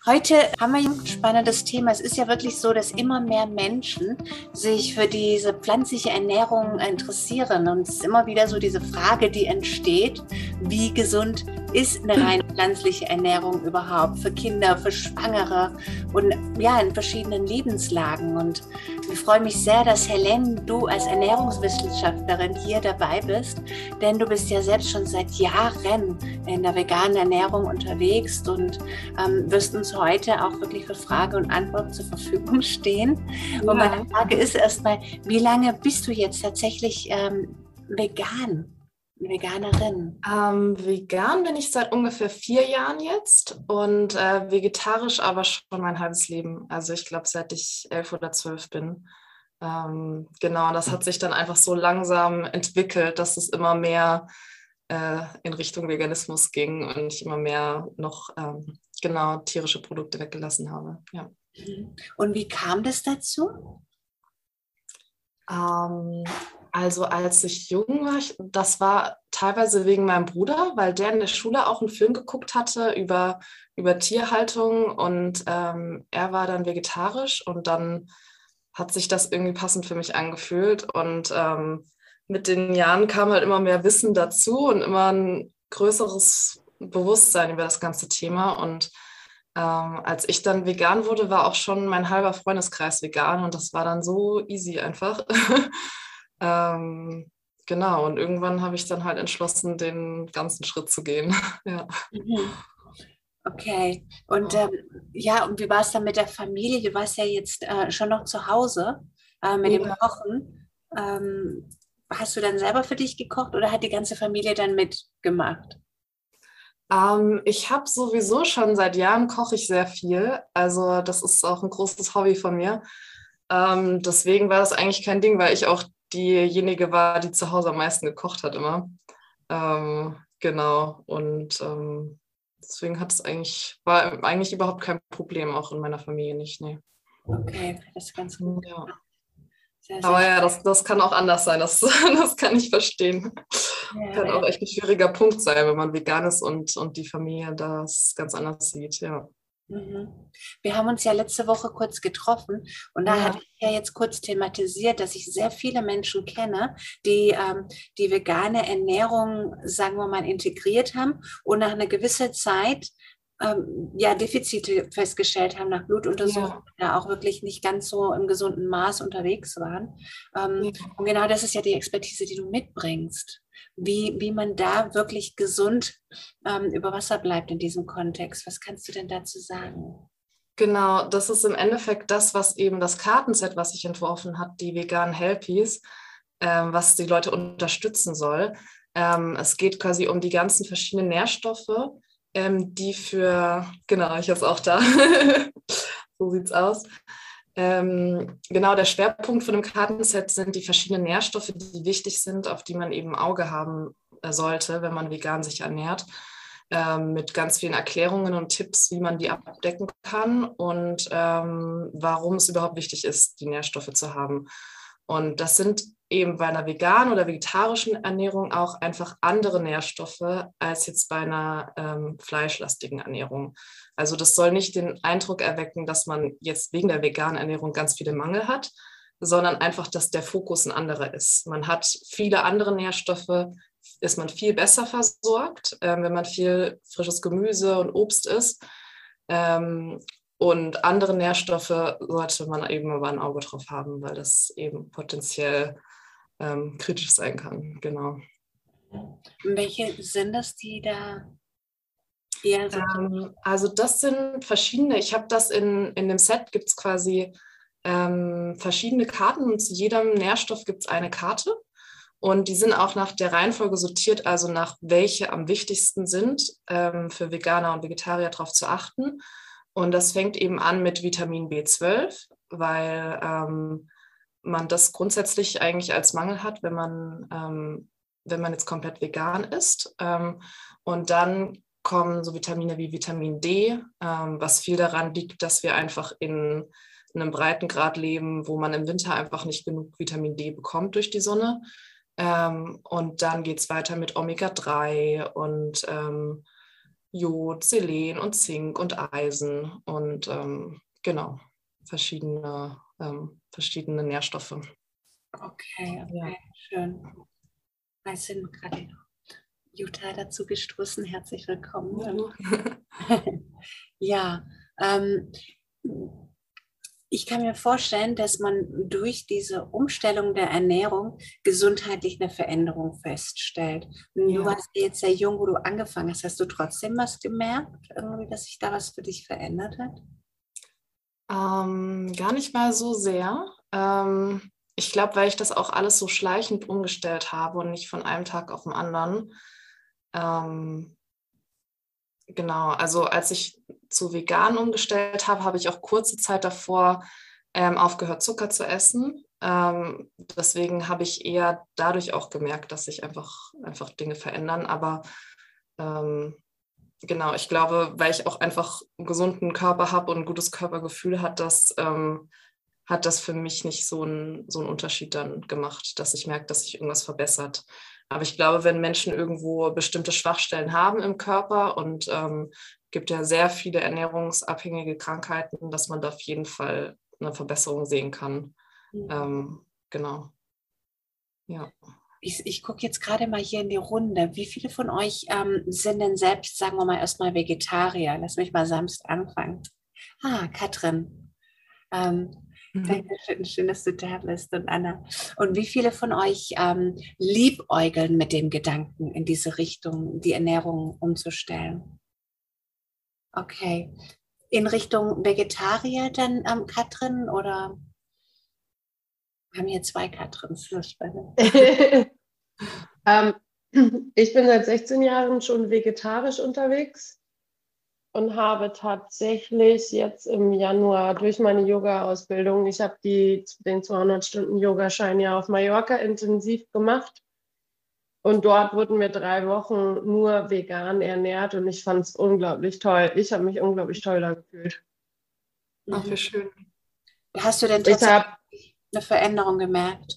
Heute haben wir ein spannendes Thema. Es ist ja wirklich so, dass immer mehr Menschen sich für diese pflanzliche Ernährung interessieren. Und es ist immer wieder so diese Frage, die entsteht, wie gesund ist eine rein pflanzliche Ernährung überhaupt für Kinder, für Schwangere und ja, in verschiedenen Lebenslagen. Und ich freue mich sehr, dass Helene, du als Ernährungswissenschaftlerin hier dabei bist, denn du bist ja selbst schon seit Jahren in der veganen Ernährung unterwegs und wirst uns heute auch wirklich für Frage und Antwort zur Verfügung stehen. Ja. Und meine Frage ist erstmal, wie lange bist du jetzt tatsächlich Veganerin? Vegan bin ich seit ungefähr 4 Jahren jetzt und vegetarisch aber schon mein halbes Leben. Also ich glaube, seit ich 11 oder 12 bin. Genau, das hat sich dann einfach so langsam entwickelt, dass es immer mehr in Richtung Veganismus ging und ich immer mehr noch genau tierische Produkte weggelassen habe. Ja. Und wie kam das dazu? Also als ich jung war, das war teilweise wegen meinem Bruder, weil der in der Schule auch einen Film geguckt hatte über Tierhaltung und er war dann vegetarisch und dann hat sich das irgendwie passend für mich angefühlt und mit den Jahren kam halt immer mehr Wissen dazu und immer ein größeres Bewusstsein über das ganze Thema und als ich dann vegan wurde, war auch schon mein halber Freundeskreis vegan und das war dann so easy einfach. Genau, und irgendwann habe ich dann halt entschlossen, den ganzen Schritt zu gehen. Ja. Okay. Und ja, und wie war es dann mit der Familie? Du warst ja jetzt schon noch zu Hause mit dem Kochen. Hast du dann selber für dich gekocht oder hat die ganze Familie dann mitgemacht? Ich habe sowieso schon seit Jahren koche ich sehr viel. Also das ist auch ein großes Hobby von mir. Deswegen war das eigentlich kein Ding, weil ich auch diejenige war, die zu Hause am meisten gekocht hat immer. Genau. Und deswegen war eigentlich überhaupt kein Problem, auch in meiner Familie nicht. Nee. Okay, das ist ganz gut. Ja. Sehr, sehr Aber ja, das kann auch anders sein. Das kann ich verstehen. ja, Kann auch echt ein schwieriger Punkt sein, wenn man vegan ist und die Familie das ganz anders sieht. Ja. Wir haben uns ja letzte Woche kurz getroffen und da hatte ich ja jetzt kurz thematisiert, dass ich sehr viele Menschen kenne, die die vegane Ernährung, sagen wir mal, integriert haben und nach einer gewissen Zeit ja, Defizite festgestellt haben nach Blutuntersuchungen, da auch wirklich nicht ganz so im gesunden Maß unterwegs waren. Und genau das ist ja die Expertise, die du mitbringst. Wie man da wirklich gesund über Wasser bleibt in diesem Kontext. Was kannst du denn dazu sagen? Genau, das ist im Endeffekt das, was eben das Kartenset, was ich entworfen habe, die veganen Helpies, was die Leute unterstützen soll. Es geht quasi um die ganzen verschiedenen Nährstoffe, die genau, ich habe es auch da, so sieht es aus. Genau, der Schwerpunkt von dem Kartenset sind die verschiedenen Nährstoffe, die wichtig sind, auf die man eben ein Auge haben sollte, wenn man vegan sich ernährt, mit ganz vielen Erklärungen und Tipps, wie man die abdecken kann und warum es überhaupt wichtig ist, die Nährstoffe zu haben. Und das sind eben bei einer veganen oder vegetarischen Ernährung auch einfach andere Nährstoffe als jetzt bei einer fleischlastigen Ernährung. Also das soll nicht den Eindruck erwecken, dass man jetzt wegen der veganen Ernährung ganz viele Mangel hat, sondern einfach, dass der Fokus ein anderer ist. Man hat viele andere Nährstoffe, ist man viel besser versorgt, wenn man viel frisches Gemüse und Obst isst. Und andere Nährstoffe sollte man eben aber ein Auge drauf haben, weil das eben potenziell kritisch sein kann. Genau. Welche sind das, die da eher so? Also das sind verschiedene. Ich habe das in dem Set, gibt es quasi verschiedene Karten und zu jedem Nährstoff gibt es eine Karte. Und die sind auch nach der Reihenfolge sortiert, also nach welche am wichtigsten sind, für Veganer und Vegetarier darauf zu achten. Und das fängt eben an mit Vitamin B12, weil man das grundsätzlich eigentlich als Mangel hat, wenn man jetzt komplett vegan ist. Und dann kommen so Vitamine wie Vitamin D, was viel daran liegt, dass wir einfach in einem Breitengrad leben, wo man im Winter einfach nicht genug Vitamin D bekommt durch die Sonne. Und dann geht es weiter mit Omega-3 und Jod, Selen und Zink und Eisen und genau, verschiedene Nährstoffe. Okay, Ja. schön. Wir sind gerade Jutta dazu gestoßen. Herzlich willkommen. Ja, ich kann mir vorstellen, dass man durch diese Umstellung der Ernährung gesundheitlich eine Veränderung feststellt. Du warst jetzt sehr jung, wo du angefangen hast. Hast du trotzdem was gemerkt, irgendwie, dass sich da was für dich verändert hat? Gar nicht mal so sehr. Ich glaube, weil ich das auch alles so schleichend umgestellt habe und nicht von einem Tag auf den anderen. Genau, also als ich zu vegan umgestellt habe, habe ich auch kurze Zeit davor aufgehört, Zucker zu essen. Deswegen habe ich eher dadurch auch gemerkt, dass sich einfach Dinge verändern. Aber genau, ich glaube, weil ich auch einfach einen gesunden Körper habe und ein gutes Körpergefühl hat das für mich nicht so einen Unterschied dann gemacht, dass ich merke, dass sich irgendwas verbessert. Aber ich glaube, wenn Menschen irgendwo bestimmte Schwachstellen haben im Körper und gibt ja sehr viele ernährungsabhängige Krankheiten, dass man da auf jeden Fall eine Verbesserung sehen kann. Genau. Ja. Ich gucke jetzt gerade mal hier in die Runde. Wie viele von euch sind denn selbst, sagen wir mal, erstmal Vegetarier? Lass mich mal sanft anfangen. Katrin. Danke, schön, dass du da bist, und Anna. Und wie viele von euch liebäugeln mit dem Gedanken, in diese Richtung die Ernährung umzustellen? Okay. In Richtung Vegetarier dann, Katrin, oder? Wir haben hier zwei Katrins. Ich bin seit 16 Jahren schon vegetarisch unterwegs und habe tatsächlich jetzt im Januar durch meine Yoga-Ausbildung, ich habe den 200-Stunden-Yogaschein ja auf Mallorca intensiv gemacht und dort wurden wir 3 Wochen nur vegan ernährt und ich fand es unglaublich toll. Ich habe mich unglaublich toll da gefühlt. Ach, wie schön. Hast du denn tatsächlich eine Veränderung gemerkt?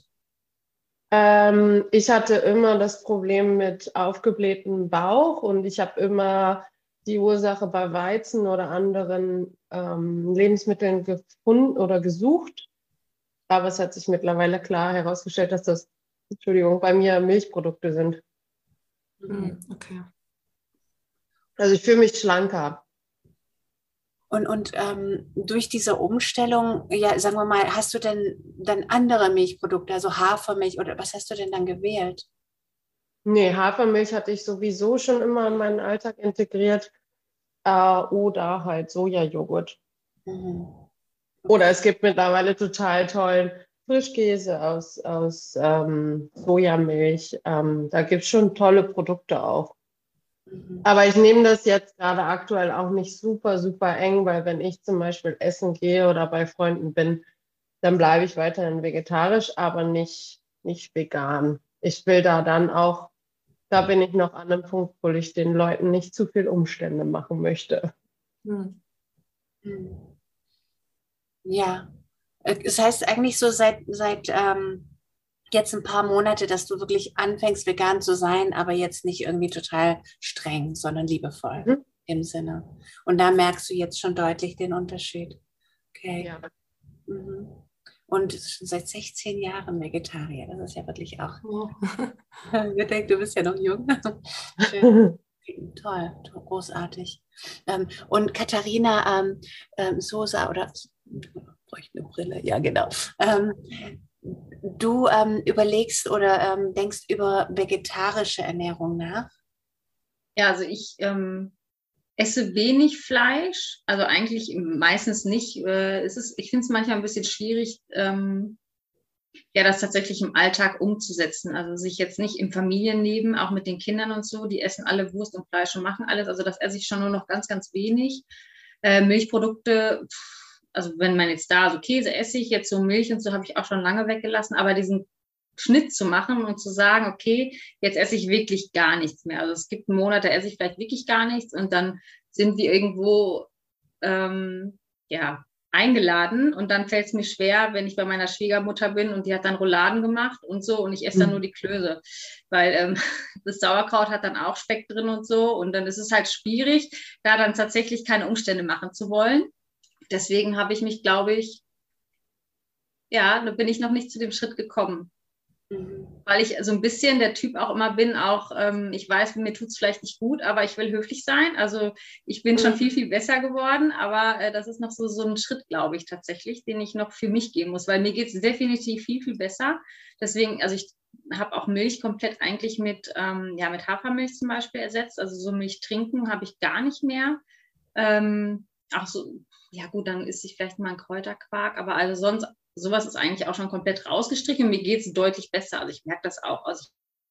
Ich hatte immer das Problem mit aufgeblähtem Bauch und ich habe immer die Ursache bei Weizen oder anderen Lebensmitteln gefunden oder gesucht. Aber es hat sich mittlerweile klar herausgestellt, dass das, bei mir Milchprodukte sind. Okay. Also ich fühle mich schlanker. Und durch diese Umstellung, ja, sagen wir mal, hast du denn dann andere Milchprodukte, also Hafermilch, oder was hast du denn dann gewählt? Nee, Hafermilch hatte ich sowieso schon immer in meinen Alltag integriert. Oder halt Sojajoghurt. Mhm. Oder es gibt mittlerweile total tollen Frischkäse aus Sojamilch. Da gibt es schon tolle Produkte auch. Aber ich nehme das jetzt gerade aktuell auch nicht super, super eng, weil wenn ich zum Beispiel essen gehe oder bei Freunden bin, dann bleibe ich weiterhin vegetarisch, aber nicht vegan. Ich will da dann auch, da bin ich noch an einem Punkt, wo ich den Leuten nicht zu viel Umstände machen möchte. Ja, es heißt eigentlich so seit jetzt ein paar Monate, dass du wirklich anfängst, vegan zu sein, aber jetzt nicht irgendwie total streng, sondern liebevoll im Sinne. Und da merkst du jetzt schon deutlich den Unterschied. Okay. Ja. Und schon seit 16 Jahren Vegetarier. Das ist ja wirklich auch. Ich denke, du bist ja noch jung. Schön. Toll, großartig. Und Katharina Sosa, oder brauche ich eine Brille? Ja, genau. Du überlegst oder denkst über vegetarische Ernährung nach? Ja, also ich esse wenig Fleisch, also eigentlich meistens nicht. Ich finde es manchmal ein bisschen schwierig, ja, das tatsächlich im Alltag umzusetzen. Also sich jetzt nicht im Familienleben, auch mit den Kindern und so, die essen alle Wurst und Fleisch und machen alles. Also das esse ich schon nur noch ganz, ganz wenig. Milchprodukte, also wenn man jetzt da so Käse esse ich, jetzt so Milch und so habe ich auch schon lange weggelassen, aber diesen Schnitt zu machen und zu sagen, okay, jetzt esse ich wirklich gar nichts mehr. Also es gibt einen Monat, da esse ich vielleicht wirklich gar nichts und dann sind wir irgendwo, ja, eingeladen und dann fällt es mir schwer, wenn ich bei meiner Schwiegermutter bin und die hat dann Rouladen gemacht und so und ich esse dann nur die Klöße, weil das Sauerkraut hat dann auch Speck drin und so und dann ist es halt schwierig, da dann tatsächlich keine Umstände machen zu wollen. Deswegen habe ich mich, glaube ich, ja, da bin ich noch nicht zu dem Schritt gekommen. Weil ich so ein bisschen der Typ auch immer bin, auch ich weiß, mir tut es vielleicht nicht gut, aber ich will höflich sein. Also ich bin schon viel, viel besser geworden, aber das ist noch so ein Schritt, glaube ich, tatsächlich, den ich noch für mich gehen muss, weil mir geht es definitiv viel, viel besser. Deswegen, also ich habe auch Milch komplett eigentlich mit Hafermilch zum Beispiel ersetzt. Also so Milch trinken habe ich gar nicht mehr. Auch so, ja gut, dann esse ich vielleicht mal einen Kräuterquark, aber also sonst sowas ist eigentlich auch schon komplett rausgestrichen. Mir geht es deutlich besser. Also ich merke das auch. Also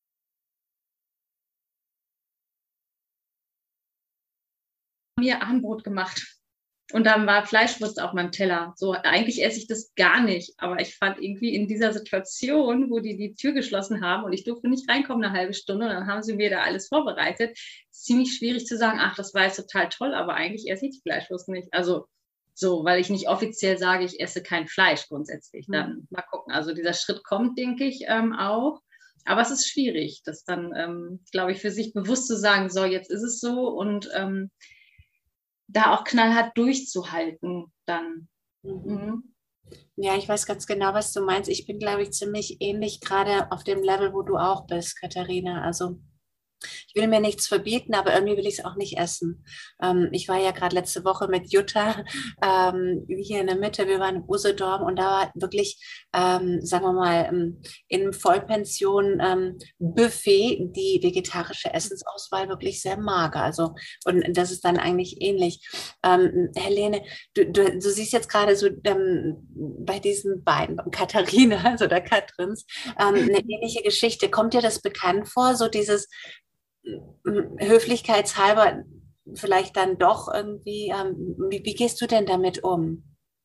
ich habe mir Abendbrot gemacht und dann war Fleischwurst auf meinem Teller. So, eigentlich esse ich das gar nicht. Aber ich fand irgendwie in dieser Situation, wo die Tür geschlossen haben und ich durfte nicht reinkommen eine halbe Stunde und dann haben sie mir da alles vorbereitet, ziemlich schwierig zu sagen, ach, das war jetzt total toll, aber eigentlich esse ich die Fleischwurst nicht. Also so, weil ich nicht offiziell sage, ich esse kein Fleisch grundsätzlich. Dann mal gucken. Also dieser Schritt kommt, denke ich, auch. Aber es ist schwierig, das dann, glaube ich, für sich bewusst zu sagen, so, jetzt ist es so und da auch knallhart durchzuhalten dann. Ja, ich weiß ganz genau, was du meinst. Ich bin, glaube ich, ziemlich ähnlich, gerade auf dem Level, wo du auch bist, Katharina. Also ich will mir nichts verbieten, aber irgendwie will ich es auch nicht essen. Ich war ja gerade letzte Woche mit Jutta hier in der Mitte. Wir waren in Usedom und da war wirklich, sagen wir mal, in Vollpension Buffet die vegetarische Essensauswahl wirklich sehr mager. Also, und das ist dann eigentlich ähnlich. Helene, du siehst jetzt gerade so bei diesen beiden, Katharina, also der Katrins, eine ähnliche Geschichte. Kommt dir das bekannt vor, so dieses höflichkeitshalber vielleicht dann doch irgendwie, wie gehst du denn damit um?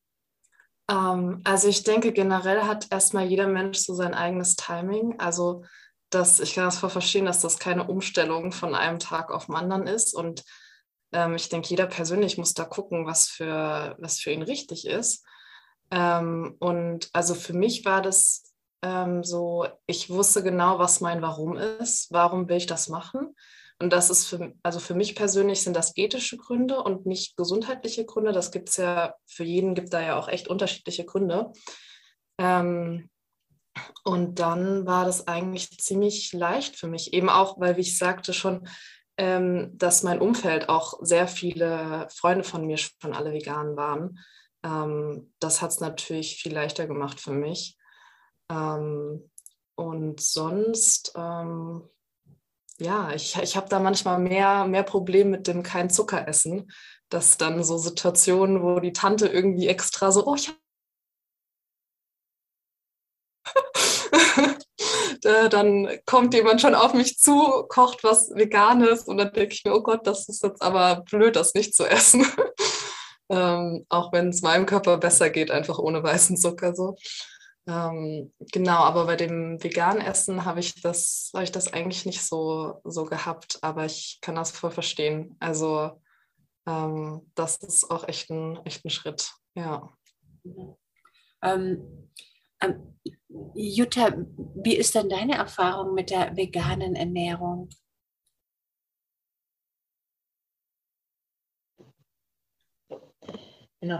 Also ich denke, generell hat erstmal jeder Mensch so sein eigenes Timing. Also ich kann das voll verstehen, dass das keine Umstellung von einem Tag auf den anderen ist. Und ich denke, jeder persönlich muss da gucken, was für ihn richtig ist. Und also für mich war das so, ich wusste genau, was mein Warum ist. Warum will ich das machen? Und das ist für mich persönlich sind das ethische Gründe und nicht gesundheitliche Gründe. Das gibt es ja, für jeden gibt da ja auch echt unterschiedliche Gründe. Und dann war das eigentlich ziemlich leicht für mich, eben auch, weil, wie ich sagte schon, dass mein Umfeld auch sehr viele Freunde von mir schon alle vegan waren. Das hat es natürlich viel leichter gemacht für mich. Und sonst, ja, ich habe da manchmal mehr Probleme mit dem kein Zucker essen. Dass dann so Situationen, wo die Tante irgendwie extra so, oh, ich dann kommt jemand schon auf mich zu, kocht was Veganes und dann denke ich mir, oh Gott, das ist jetzt aber blöd, das nicht zu essen. Auch wenn es meinem Körper besser geht, einfach ohne weißen Zucker so. Genau, aber bei dem veganen Essen habe ich das eigentlich nicht so gehabt, aber ich kann das voll verstehen. Also das ist auch echt ein Schritt, ja. Jutta, wie ist denn deine Erfahrung mit der veganen Ernährung? Genau.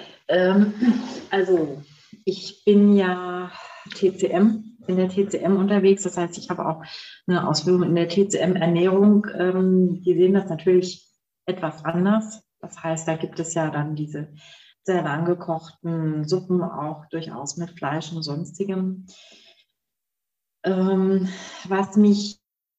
Also ich bin ja in der TCM unterwegs. Das heißt, ich habe auch eine Ausbildung in der TCM-Ernährung. Die sehen das natürlich etwas anders. Das heißt, da gibt es ja dann diese sehr lang gekochten Suppen, auch durchaus mit Fleisch und Sonstigem. Was mich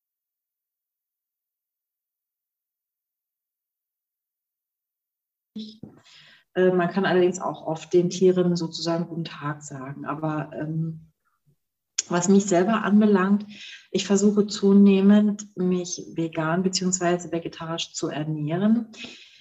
man kann allerdings auch oft den Tieren sozusagen guten Tag sagen. Aber was mich selber anbelangt, ich versuche zunehmend, mich vegan bzw. vegetarisch zu ernähren.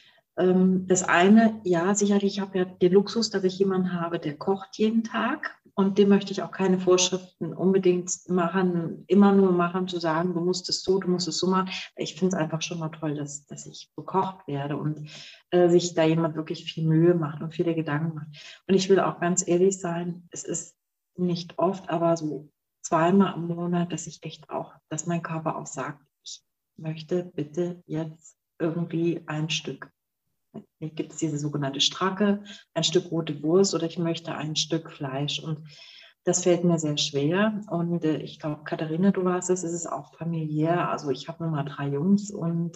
Das eine, ja, sicherlich, ich habe ja den Luxus, dass ich jemanden habe, der kocht jeden Tag. Und dem möchte ich auch keine Vorschriften unbedingt machen, immer nur machen, zu sagen, du musst es so machen. Ich finde es einfach schon mal toll, dass ich bekocht werde und sich da jemand wirklich viel Mühe macht und viele Gedanken macht. Und ich will auch ganz ehrlich sein, es ist nicht oft, aber so 2-mal im Monat, dass mein Körper auch sagt, ich möchte bitte jetzt irgendwie ein Stück. Hier gibt es diese sogenannte Stracke, ein Stück rote Wurst oder ich möchte ein Stück Fleisch. Und das fällt mir sehr schwer. Und ich glaube, Katharina, du warst es, ist es auch familiär. Also ich habe nur mal 3 Jungs und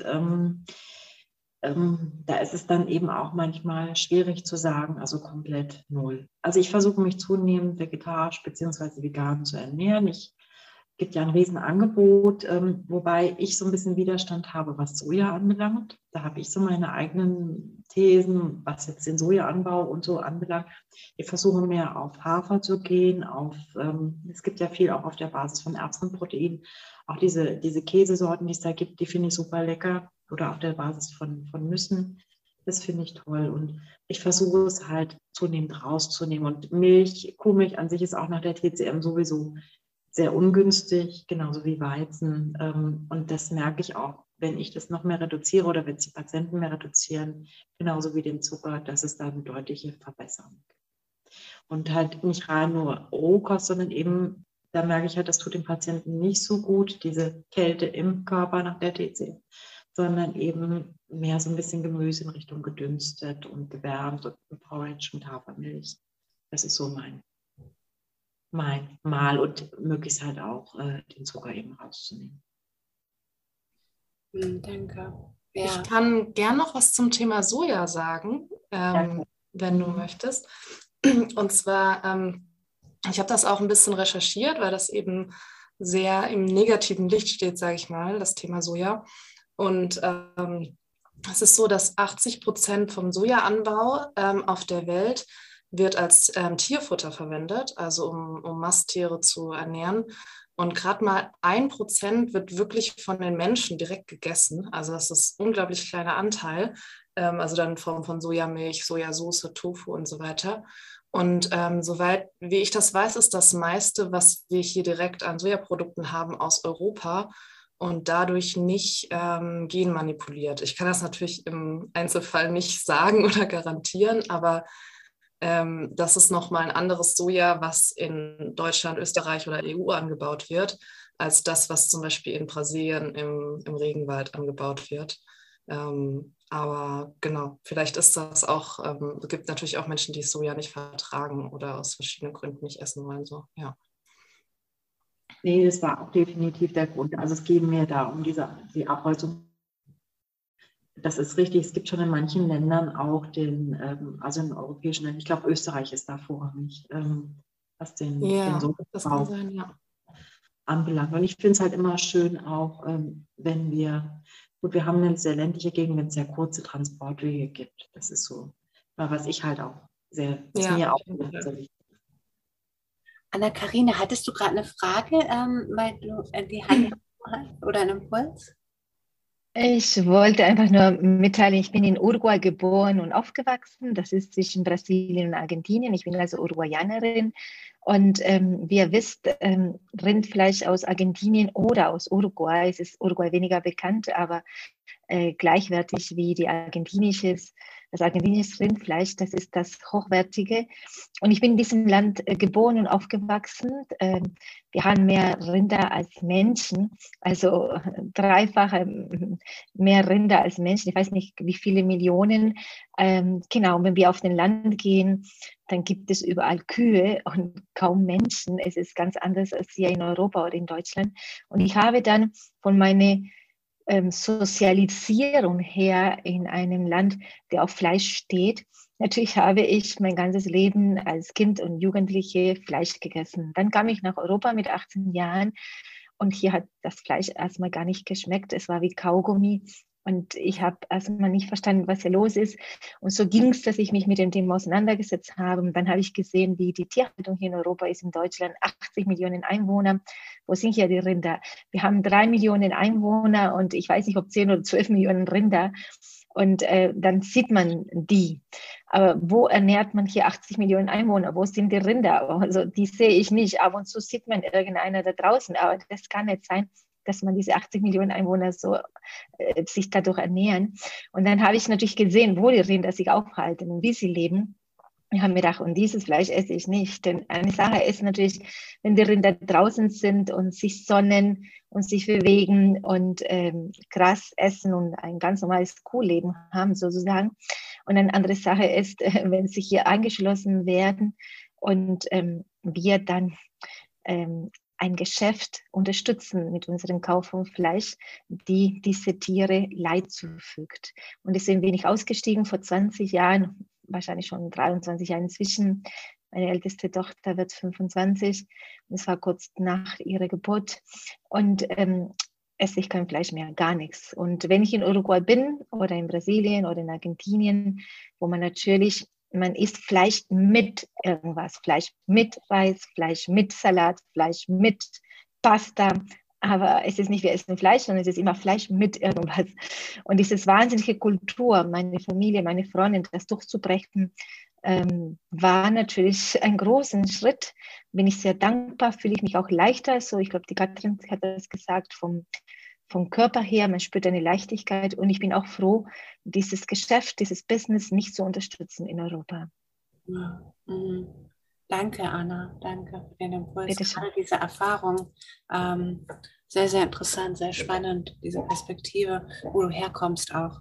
da ist es dann eben auch manchmal schwierig zu sagen, also komplett 0. Also ich versuche mich zunehmend vegetarisch bzw. vegan zu ernähren. Es gibt ja ein Riesenangebot, wobei ich so ein bisschen Widerstand habe, was Soja anbelangt. Da habe ich so meine eigenen Thesen, was jetzt den Sojaanbau und so anbelangt. Ich versuche mehr auf Hafer zu gehen, es gibt ja viel auch auf der Basis von Erbsenprotein. Auch diese Käsesorten, die es da gibt, die finde ich super lecker. Oder auf der Basis von Nüssen. Das finde ich toll. Und ich versuche es halt zunehmend rauszunehmen. Und Kuhmilch an sich ist auch nach der TCM sowieso sehr ungünstig, genauso wie Weizen. Und das merke ich auch, wenn ich das noch mehr reduziere oder wenn es die Patienten mehr reduzieren, genauso wie den Zucker, dass es da eine deutliche Verbesserung gibt. Und halt nicht rein nur Rohkost, sondern eben, da merke ich halt, das tut dem Patienten nicht so gut, diese Kälte im Körper nach der TCM, sondern eben mehr so ein bisschen Gemüse in Richtung gedünstet und gewärmt und Porridge mit Hafermilch. Das ist so mein Mal und möglichst halt auch den Zucker eben rauszunehmen. Danke. Ja. Ich kann gern noch was zum Thema Soja sagen, wenn du möchtest. Und zwar, ich habe das auch ein bisschen recherchiert, weil das eben sehr im negativen Licht steht, sage ich mal, das Thema Soja. Und es ist so, dass 80% vom Sojaanbau auf der Welt wird als Tierfutter verwendet, also um Masttiere zu ernähren. Und gerade mal 1% wird wirklich von den Menschen direkt gegessen. Also das ist ein unglaublich kleiner Anteil. Also dann in Form von Sojamilch, Sojasauce, Tofu und so weiter. Und soweit wie ich das weiß, ist das meiste, was wir hier direkt an Sojaprodukten haben, aus Europa und dadurch nicht genmanipuliert. Ich kann das natürlich im Einzelfall nicht sagen oder garantieren, aber das ist nochmal ein anderes Soja, was in Deutschland, Österreich oder EU angebaut wird, als das, was zum Beispiel in Brasilien im Regenwald angebaut wird. Aber genau, vielleicht ist das auch, es gibt natürlich auch Menschen, die Soja nicht vertragen oder aus verschiedenen Gründen nicht essen wollen. So, ja. Nee, das war auch definitiv der Grund. Also es geht mir da um die Abholzung. Das ist richtig, es gibt schon in manchen Ländern auch also in europäischen Ländern, ich glaube Österreich ist da vorrangig, was den Sojaanbau anbelangt. Und ich finde es halt immer schön auch, wenn wir haben eine sehr ländliche Gegend, wenn es sehr kurze Transportwege gibt. Das ist so, was ich halt auch mir auch sehr wichtig. Anna-Karina, hattest du gerade eine Frage, weil du die Hand hast oder einen Impuls? Ich wollte einfach nur mitteilen, ich bin in Uruguay geboren und aufgewachsen. Das ist zwischen Brasilien und Argentinien. Ich bin also Uruguayanerin. Und wie ihr wisst, Rindfleisch aus Argentinien oder aus Uruguay, es ist Uruguay weniger bekannt, aber gleichwertig wie das argentinische Rindfleisch, das ist das Hochwertige. Und ich bin in diesem Land geboren und aufgewachsen. Wir haben mehr Rinder als Menschen, also dreifache mehr Rinder als Menschen. Ich weiß nicht, wie viele Millionen. Genau, wenn wir auf den Land gehen, dann gibt es überall Kühe und kaum Menschen. Es ist ganz anders als hier in Europa oder in Deutschland. Und ich habe dann von meiner Sozialisierung her in einem Land, der auf Fleisch steht. Natürlich habe ich mein ganzes Leben als Kind und Jugendliche Fleisch gegessen. Dann kam ich nach Europa mit 18 Jahren und hier hat das Fleisch erstmal gar nicht geschmeckt. Es war wie Kaugummi und ich habe erstmal nicht verstanden, was hier los ist. Und so ging es, dass ich mich mit dem Thema auseinandergesetzt habe. Und dann habe ich gesehen, wie die Tierhaltung hier in Europa ist, in Deutschland 80 Millionen Einwohner. Wo sind hier die Rinder? Wir haben 3 Millionen Einwohner und ich weiß nicht, ob 10 oder 12 Millionen Rinder. Und dann sieht man die. Aber wo ernährt man hier 80 Millionen Einwohner? Wo sind die Rinder? Also die sehe ich nicht. Ab und zu sieht man irgendeiner da draußen, aber das kann nicht sein, dass man diese 80 Millionen Einwohner so sich dadurch ernähren. Und dann habe ich natürlich gesehen, wo die Rinder sich aufhalten und wie sie leben. Ich habe mir gedacht, und dieses Fleisch esse ich nicht. Denn eine Sache ist natürlich, wenn die Rinder draußen sind und sich sonnen und sich bewegen und Gras essen und ein ganz normales Kuhleben haben sozusagen. Und eine andere Sache ist, wenn sie hier eingeschlossen werden und wir dann ein Geschäft unterstützen mit unserem Kauf von Fleisch, die diese Tiere Leid zufügt. Und deswegen bin ich ausgestiegen vor 20 Jahren, wahrscheinlich schon 23 Jahre inzwischen. Meine älteste Tochter wird 25. Das war kurz nach ihrer Geburt. Und esse ich kein Fleisch mehr, gar nichts. Und wenn ich in Uruguay bin oder in Brasilien oder in Argentinien, wo man natürlich, man isst Fleisch mit irgendwas, Fleisch mit Reis, Fleisch mit Salat, Fleisch mit Pasta, aber es ist nicht, wir essen Fleisch, sondern es ist immer Fleisch mit irgendwas. Und diese wahnsinnige Kultur, meine Familie, meine Freundin, das durchzubrechen, war natürlich ein großer Schritt. Bin ich sehr dankbar, fühle ich mich auch leichter. So, ich glaube, die Katrin hat das gesagt, vom Körper her, man spürt eine Leichtigkeit. Und ich bin auch froh, dieses Geschäft, dieses Business nicht zu unterstützen in Europa. Ja. Mhm. Danke, Anna. Danke für den Impuls. Bitte schön. Gerade diese Erfahrung. Sehr, sehr interessant, sehr spannend, diese Perspektive, wo du herkommst auch.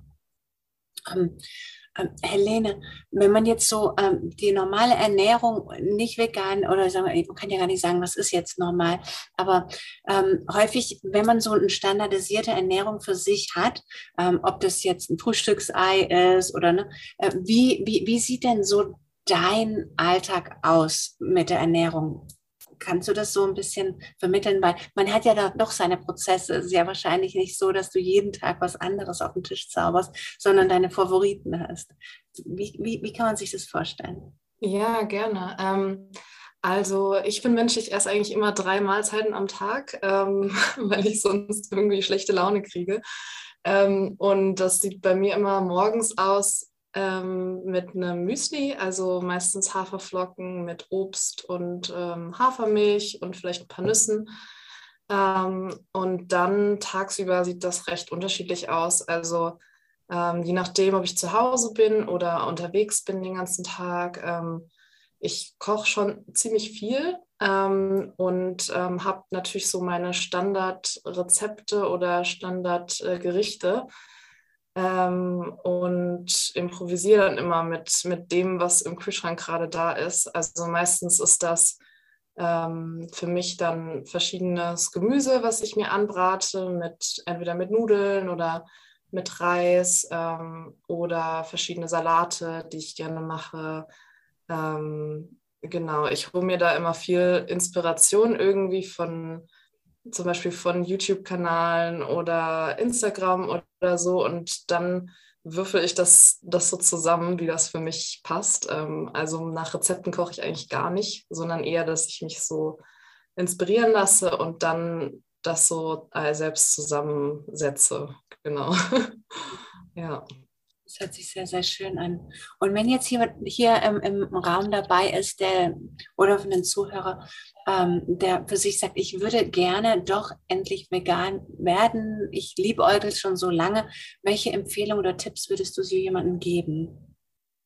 Helene, wenn man jetzt so die normale Ernährung nicht vegan oder sagen wir, man kann ja gar nicht sagen, was ist jetzt normal, aber häufig, wenn man so eine standardisierte Ernährung für sich hat, ob das jetzt ein Frühstücksei ist oder ne, wie sieht denn so dein Alltag aus mit der Ernährung? Kannst du das so ein bisschen vermitteln? Weil man hat ja da doch seine Prozesse. Es ist ja wahrscheinlich nicht so, dass du jeden Tag was anderes auf den Tisch zauberst, sondern deine Favoriten hast. Wie kann man sich das vorstellen? Ja, gerne. Also ich bin Mensch, ich esse eigentlich immer 3 Mahlzeiten am Tag, weil ich sonst irgendwie schlechte Laune kriege. Und das sieht bei mir immer morgens aus mit einem Müsli, also meistens Haferflocken mit Obst und Hafermilch und vielleicht ein paar Nüssen. Und dann tagsüber sieht das recht unterschiedlich aus. Also je nachdem, ob ich zu Hause bin oder unterwegs bin den ganzen Tag. Ich koche schon ziemlich viel und habe natürlich so meine Standardrezepte oder Standardgerichte. Und improvisiere dann immer mit dem, was im Kühlschrank gerade da ist. Also meistens ist das für mich dann verschiedenes Gemüse, was ich mir anbrate, entweder mit Nudeln oder mit Reis oder verschiedene Salate, die ich gerne mache. Genau, ich hole mir da immer viel Inspiration irgendwie zum Beispiel von YouTube-Kanalen oder Instagram oder so, und dann würfel ich das so zusammen, wie das für mich passt. Also nach Rezepten koche ich eigentlich gar nicht, sondern eher, dass ich mich so inspirieren lasse und dann das so selbst zusammensetze. Genau. Ja. Das hört sich sehr, sehr schön an. Und wenn jetzt jemand hier im Raum dabei ist, oder von den Zuhörern, der für sich sagt, ich würde gerne doch endlich vegan werden, ich liebäugle schon so lange, welche Empfehlungen oder Tipps würdest du so jemandem geben?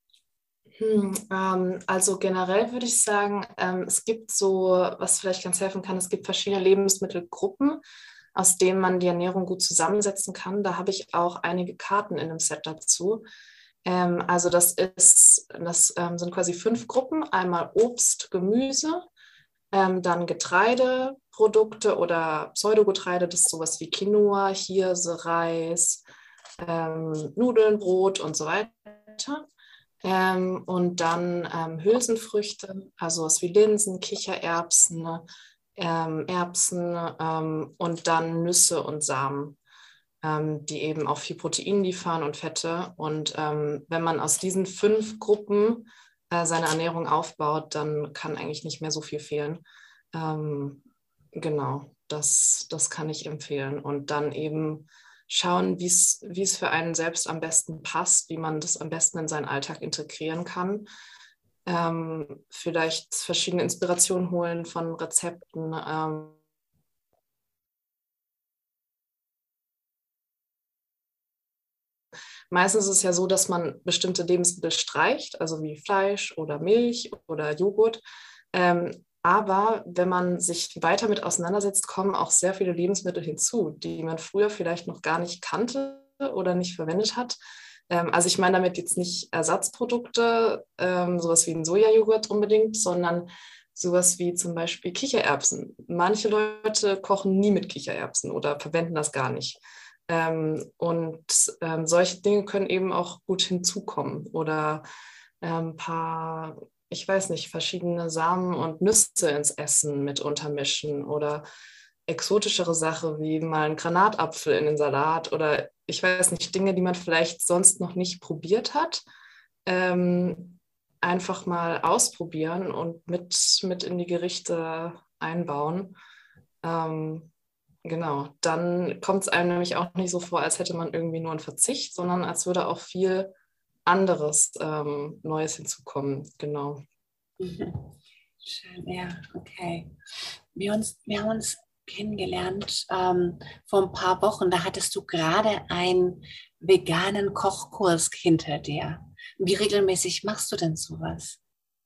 Also generell würde ich sagen, es gibt so, was vielleicht ganz helfen kann, es gibt verschiedene Lebensmittelgruppen, aus denen man die Ernährung gut zusammensetzen kann. Da habe ich auch einige Karten in dem Set dazu. Also das sind quasi 5 Gruppen. Einmal Obst, Gemüse, dann Getreideprodukte oder Pseudogetreide, das ist sowas wie Quinoa, Hirse, Reis, Nudeln, Brot und so weiter. Und dann Hülsenfrüchte, also was wie Linsen, Kichererbsen, Erbsen und dann Nüsse und Samen, die eben auch viel Protein liefern und Fette. Und wenn man aus diesen 5 Gruppen seine Ernährung aufbaut, dann kann eigentlich nicht mehr so viel fehlen. Genau, das kann ich empfehlen. Und dann eben schauen, wie es für einen selbst am besten passt, wie man das am besten in seinen Alltag integrieren kann. Vielleicht verschiedene Inspirationen holen von Rezepten. Meistens ist es ja so, dass man bestimmte Lebensmittel streicht, also wie Fleisch oder Milch oder Joghurt. Aber wenn man sich weiter mit auseinandersetzt, kommen auch sehr viele Lebensmittel hinzu, die man früher vielleicht noch gar nicht kannte oder nicht verwendet hat. Also ich meine damit jetzt nicht Ersatzprodukte, sowas wie ein Sojajoghurt unbedingt, sondern sowas wie zum Beispiel Kichererbsen. Manche Leute kochen nie mit Kichererbsen oder verwenden das gar nicht. Solche Dinge können eben auch gut hinzukommen oder ein paar, ich weiß nicht, verschiedene Samen und Nüsse ins Essen mit untermischen oder exotischere Sachen wie mal einen Granatapfel in den Salat oder ich weiß nicht, Dinge, die man vielleicht sonst noch nicht probiert hat, einfach mal ausprobieren und mit in die Gerichte einbauen. Genau, dann kommt es einem nämlich auch nicht so vor, als hätte man irgendwie nur einen Verzicht, sondern als würde auch viel anderes Neues hinzukommen. Genau. Schön, ja, okay. Wir haben uns kennengelernt vor ein paar Wochen. Da hattest du gerade einen veganen Kochkurs hinter dir. Wie regelmäßig machst du denn sowas?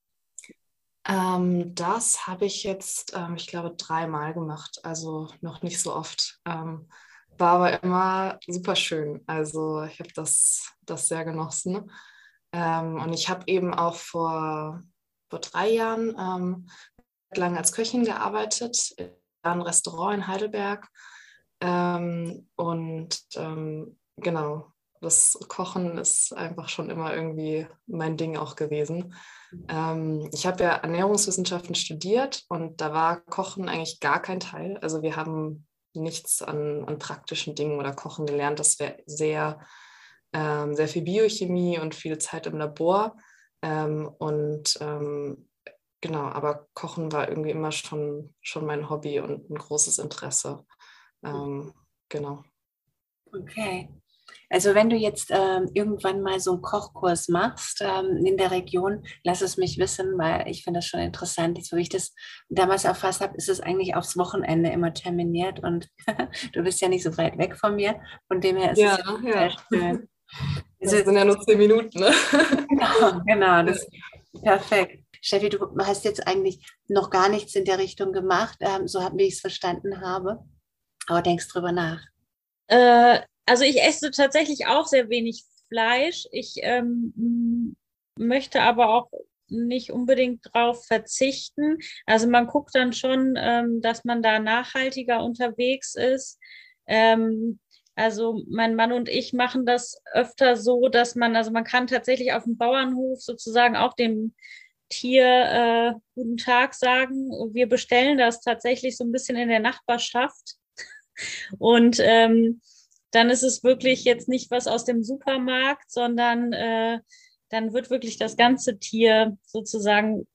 Das habe ich jetzt, ich glaube, 3-mal gemacht, also noch nicht so oft. War aber immer super schön. Also ich habe das sehr genossen. Und ich habe eben auch vor 3 Jahren lang als Köchin gearbeitet in einem Restaurant in Heidelberg. Genau, das Kochen ist einfach schon immer irgendwie mein Ding auch gewesen. Ich habe ja Ernährungswissenschaften studiert und da war Kochen eigentlich gar kein Teil. Also wir haben nichts an praktischen Dingen oder Kochen gelernt. Das wäre sehr viel Biochemie und viel Zeit im Labor. Genau, aber Kochen war irgendwie immer schon mein Hobby und ein großes Interesse. Genau. Okay. Also wenn du jetzt irgendwann mal so einen Kochkurs machst in der Region, lass es mich wissen, weil ich finde das schon interessant. So wie ich das damals erfasst habe, ist es eigentlich aufs Wochenende immer terminiert und du bist ja nicht so weit weg von mir. Von dem her ist es sehr schön. Das sind ja nur 10 Minuten, ne? Genau, das ist perfekt. Steffi, du hast jetzt eigentlich noch gar nichts in der Richtung gemacht, so wie ich es verstanden habe. Aber denkst drüber nach. Also ich esse tatsächlich auch sehr wenig Fleisch. Ich möchte aber auch nicht unbedingt drauf verzichten. Also man guckt dann schon, dass man da nachhaltiger unterwegs ist. Also mein Mann und ich machen das öfter so, dass man kann tatsächlich auf dem Bauernhof sozusagen auch dem Tier guten Tag sagen. Wir bestellen das tatsächlich so ein bisschen in der Nachbarschaft. Und dann ist es wirklich jetzt nicht was aus dem Supermarkt, sondern dann wird wirklich das ganze Tier sozusagen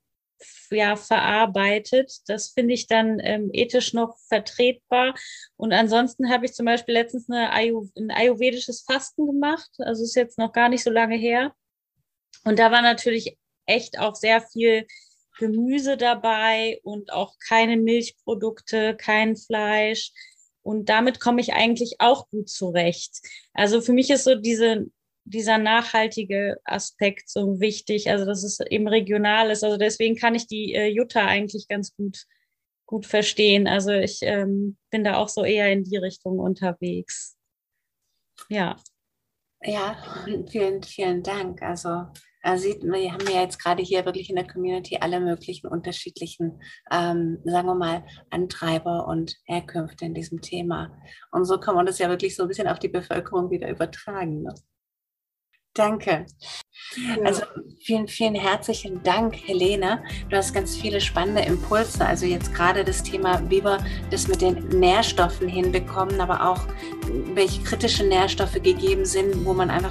verarbeitet. Das finde ich dann ethisch noch vertretbar. Und ansonsten habe ich zum Beispiel letztens ein ayurvedisches Fasten gemacht. Also ist jetzt noch gar nicht so lange her. Und da war natürlich echt auch sehr viel Gemüse dabei und auch keine Milchprodukte, kein Fleisch. Und damit komme ich eigentlich auch gut zurecht. Also für mich ist so dieser nachhaltige Aspekt so wichtig, also dass es eben regional ist. Also deswegen kann ich die Jutta eigentlich ganz gut verstehen. Also ich bin da auch so eher in die Richtung unterwegs. Ja. Ja, vielen, vielen Dank. Also wir haben ja jetzt gerade hier wirklich in der Community alle möglichen unterschiedlichen, sagen wir mal, Antreiber und Herkünfte in diesem Thema. Und so kann man das ja wirklich so ein bisschen auf die Bevölkerung wieder übertragen. Ne? Danke. Ja. Also vielen, vielen herzlichen Dank, Helene. Du hast ganz viele spannende Impulse. Also jetzt gerade das Thema, wie wir das mit den Nährstoffen hinbekommen, aber auch welche kritischen Nährstoffe gegeben sind, wo man einfach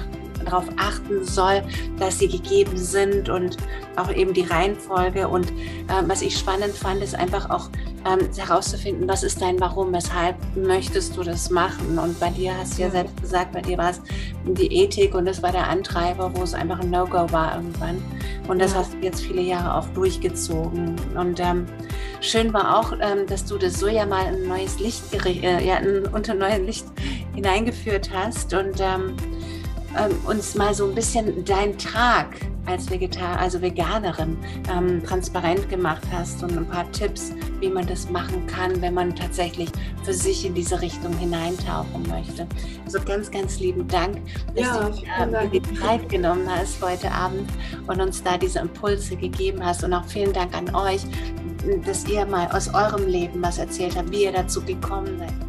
darauf achten soll, dass sie gegeben sind und auch eben die Reihenfolge. Und was ich spannend fand, ist einfach auch herauszufinden, was ist dein Warum, weshalb möchtest du das machen? Und bei dir hast du ja selbst gesagt, bei dir war es die Ethik und das war der Antreiber, wo es einfach ein No-Go war irgendwann. Und das hast du jetzt viele Jahre auch durchgezogen. Und schön war auch, dass du das Soja mal in ein neues Licht, unter neues Licht hineingeführt hast und uns mal so ein bisschen deinen Tag als Veganerin transparent gemacht hast und ein paar Tipps, wie man das machen kann, wenn man tatsächlich für sich in diese Richtung hineintauchen möchte. Also ganz, ganz lieben Dank, dass du dir die Zeit genommen hast heute Abend und uns da diese Impulse gegeben hast. Und auch vielen Dank an euch, dass ihr mal aus eurem Leben was erzählt habt, wie ihr dazu gekommen seid.